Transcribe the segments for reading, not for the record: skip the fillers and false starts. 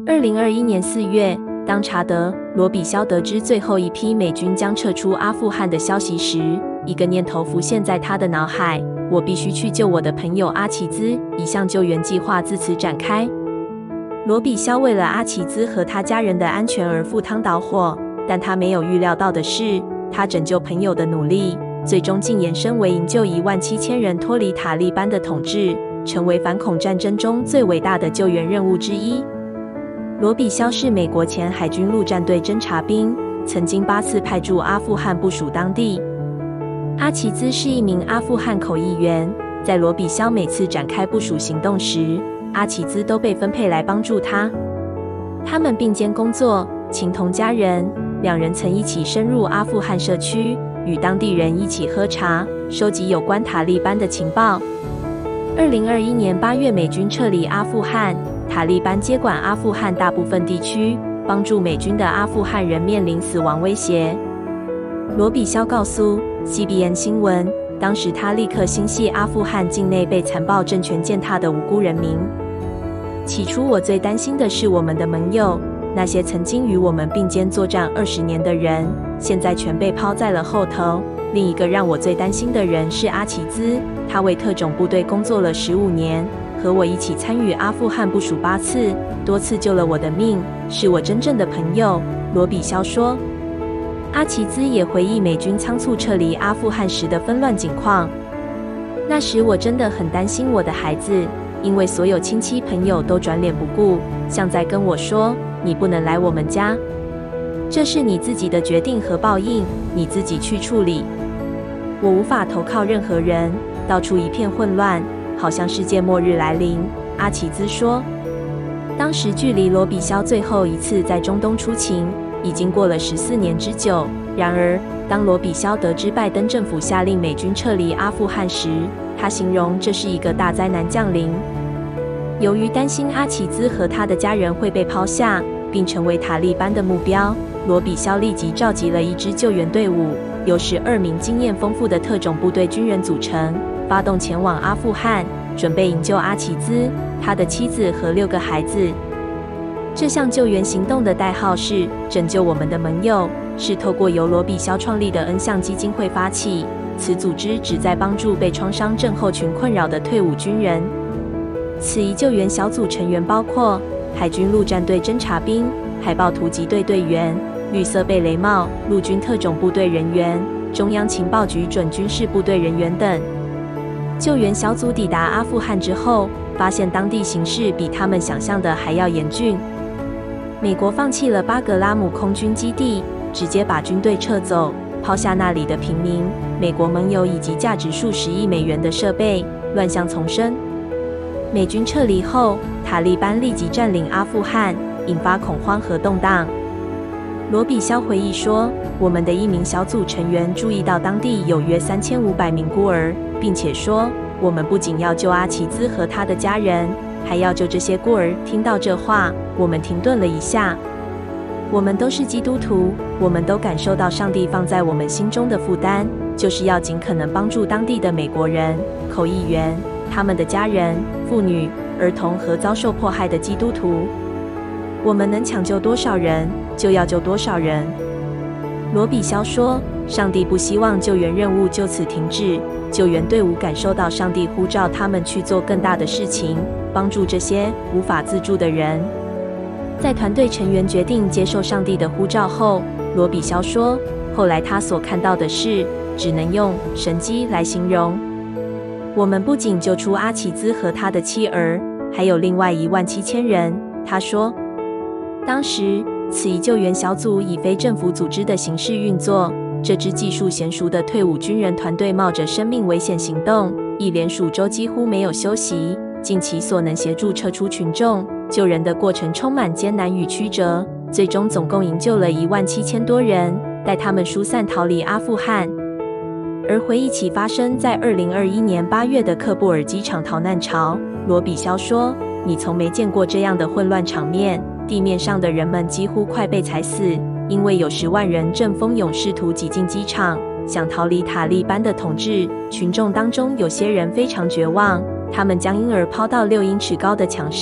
2021年4月，当查德·罗比肖得知最后一批美军将撤出阿富汗的消息时，一个念头浮现在他的脑海：我必须去救我的朋友阿齐兹。一项救援计划自此展开。罗比肖为了阿齐兹和他家人的安全而赴汤蹈火，但他没有预料到的是，他拯救朋友的努力，最终竟延伸为营救17000人脱离塔利班的统治，成为反恐战争中最伟大的救援任务之一。罗比肖是美国前海军陆战队侦察兵，曾经8次派驻阿富汗部署当地。阿齐兹是一名阿富汗口译员，在罗比肖每次展开部署行动时，阿齐兹都被分配来帮助他。他们并肩工作，情同家人。两人曾一起深入阿富汗社区，与当地人一起喝茶，收集有关塔利班的情报。2021年8月，美军撤离阿富汗，塔利班接管阿富汗大部分地区，帮助美军的阿富汗人面临死亡威胁。罗比肖告诉 CBN 新闻，当时他立刻心系阿富汗境内被残暴政权践踏的无辜人民。起初我最担心的是我们的盟友，那些曾经与我们并肩作战20年的人，现在全被抛在了后头。另一个让我最担心的人是阿齐兹，他为特种部队工作了15年，和我一起参与阿富汗部署8次，多次救了我的命，是我真正的朋友。罗比肖说。阿齐兹也回忆美军仓促撤离阿富汗时的纷乱景况。那时我真的很担心我的孩子，因为所有亲戚朋友都转脸不顾，像在跟我说：“你不能来我们家，这是你自己的决定和报应，你自己去处理。”我无法投靠任何人，到处一片混乱，好像世界末日来临。阿齐兹说，当时距离罗比肖最后一次在中东出勤已经过了14年之久。然而，当罗比肖得知拜登政府下令美军撤离阿富汗时，他形容这是一个大灾难降临。由于担心阿齐兹和他的家人会被抛下，并成为塔利班的目标，罗比肖立即召集了一支救援队伍，由12名经验丰富的特种部队军人组成，发动前往阿富汗，准备营救阿齐兹、他的妻子和6个孩子。这项救援行动的代号是“拯救我们的盟友”，是透过由罗比肖创立的恩向基金会发起。此组织旨在帮助被创伤症候群困扰的退伍军人。此一救援小组成员包括海军陆战队侦察兵、海豹突击队队员、绿色贝雷帽、陆军特种部队人员、中央情报局准军事部队人员等。救援小组抵达阿富汗之后，发现当地形势比他们想象的还要严峻。美国放弃了巴格拉姆空军基地，直接把军队撤走，抛下那里的平民、美国盟友以及价值数十亿美元的设备，乱象丛生。美军撤离后，塔利班立即占领阿富汗，引发恐慌和动荡。罗比肖回忆说，我们的一名小组成员注意到当地有约3500名孤儿，并且说，我们不仅要救阿齐兹和他的家人，还要救这些孤儿。听到这话，我们停顿了一下。我们都是基督徒，我们都感受到上帝放在我们心中的负担，就是要尽可能帮助当地的美国人、口译员、他们的家人、妇女、儿童和遭受迫害的基督徒。我们能抢救多少人，就要救多少人。罗比肖说，上帝不希望救援任务就此停止，救援队伍感受到上帝呼召他们去做更大的事情，帮助这些无法自助的人。在团队成员决定接受上帝的呼召后，罗比肖说，后来他所看到的事只能用神迹来形容。我们不仅救出阿齐兹和他的妻儿，还有另外17000人。他说，当时此一救援小组以非政府组织的形式运作，这支技术娴熟的退伍军人团队冒着生命危险行动，一连数周几乎没有休息，尽其所能协助撤出群众。救人的过程充满艰难与曲折，最终总共营救了17000多人，带他们疏散逃离阿富汗。而回忆起发生在2021年8月的喀布尔机场逃难潮，罗比肖说，你从没见过这样的混乱场面，地面上的人们几乎快被踩死，因为有10万人正蜂拥试图挤进机场，想逃离塔利班的统治。群众当中有些人非常绝望，他们将婴儿抛到6英尺高的墙上，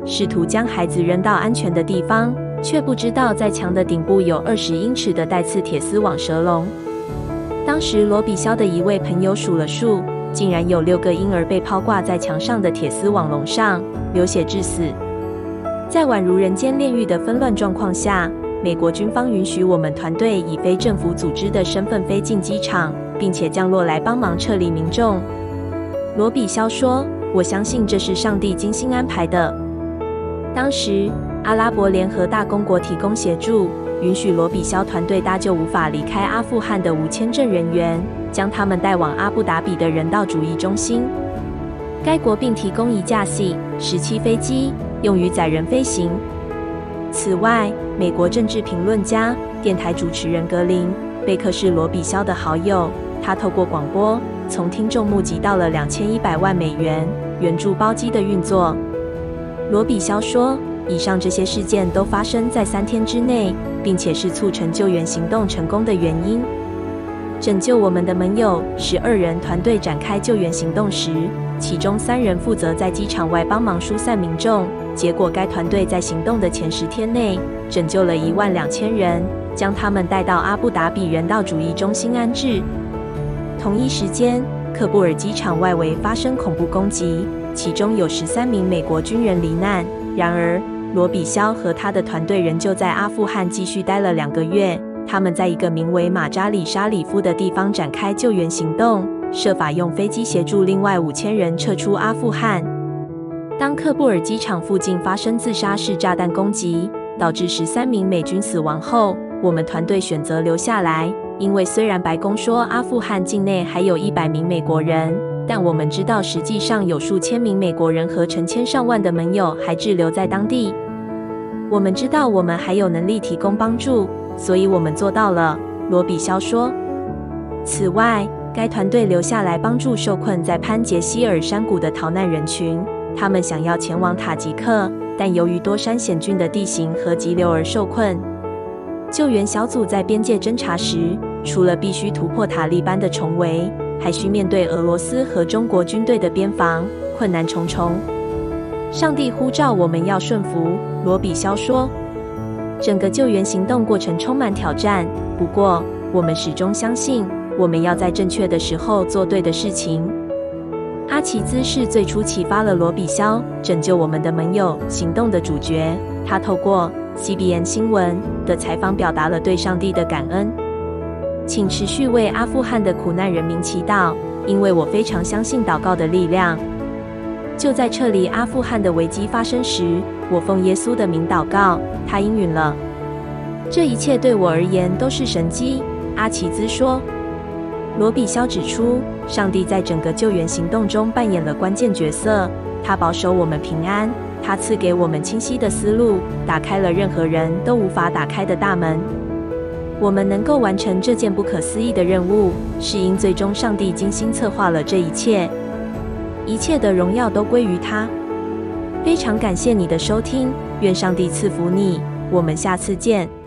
试图将孩子扔到安全的地方，却不知道在墙的顶部有20英尺的带刺铁丝网蛇笼。当时罗比肖的一位朋友数了数，竟然有6个婴儿被抛挂在墙上的铁丝网笼上，流血致死。在宛如人间炼狱的纷乱状况下，美国军方允许我们团队以非政府组织的身份飞进机场，并且降落来帮忙撤离民众。罗比肖说：“我相信这是上帝精心安排的。”当时，阿拉伯联合大公国提供协助，允许罗比肖团队搭救无法离开阿富汗的无签证人员，将他们带往阿布达比的人道主义中心。该国并提供1架 C-17飞机，用于载人飞行。此外，美国政治评论家、电台主持人格林·贝克是罗比肖的好友，他透过广播从听众募集到了2100万美元，援助包机的运作。罗比肖说，以上这些事件都发生在3天之内，并且是促成救援行动成功的原因。拯救我们的盟友12人团队展开救援行动时，其中3人负责在机场外帮忙疏散民众。结果，该团队在行动的前10天内拯救了12000人，将他们带到阿布达比人道主义中心安置。同一时间，喀布尔机场外围发生恐怖攻击，其中有13名美国军人罹难。然而，罗比肖和他的团队仍旧在阿富汗继续待了2个月。他们在一个名为马扎里沙里夫的地方展开救援行动，设法用飞机协助另外5000人撤出阿富汗。当喀布尔机场附近发生自杀式炸弹攻击，导致13名美军死亡后，我们团队选择留下来。因为虽然白宫说阿富汗境内还有100名美国人，但我们知道实际上有数千名美国人和成千上万的盟友还滞留在当地。我们知道我们还有能力提供帮助，所以我们做到了，罗比肖说。此外，该团队留下来帮助受困在潘杰希尔山谷的逃难人群，他们想要前往塔吉克，但由于多山险峻的地形和急流而受困。救援小组在边界侦察时，除了必须突破塔利班的重围，还需面对俄罗斯和中国军队的边防，困难重重。上帝呼召我们要顺服，罗比肖说。整个救援行动过程充满挑战，不过我们始终相信，我们要在正确的时候做对的事情。阿奇兹是最初启发了罗比肖拯救我们的盟友行动的主角，他透过 CBN 新闻的采访表达了对上帝的感恩。请持续为阿富汗的苦难人民祈祷，因为我非常相信祷告的力量。就在撤离阿富汗的危机发生时，我奉耶稣的名祷告，他应允了。这一切对我而言都是神迹，阿奇兹说。罗比肖指出，上帝在整个救援行动中扮演了关键角色，他保守我们平安，他赐给我们清晰的思路，打开了任何人都无法打开的大门。我们能够完成这件不可思议的任务，是因最终上帝精心策划了这一切，一切的荣耀都归于他。非常感谢你的收听，愿上帝赐福你，我们下次见。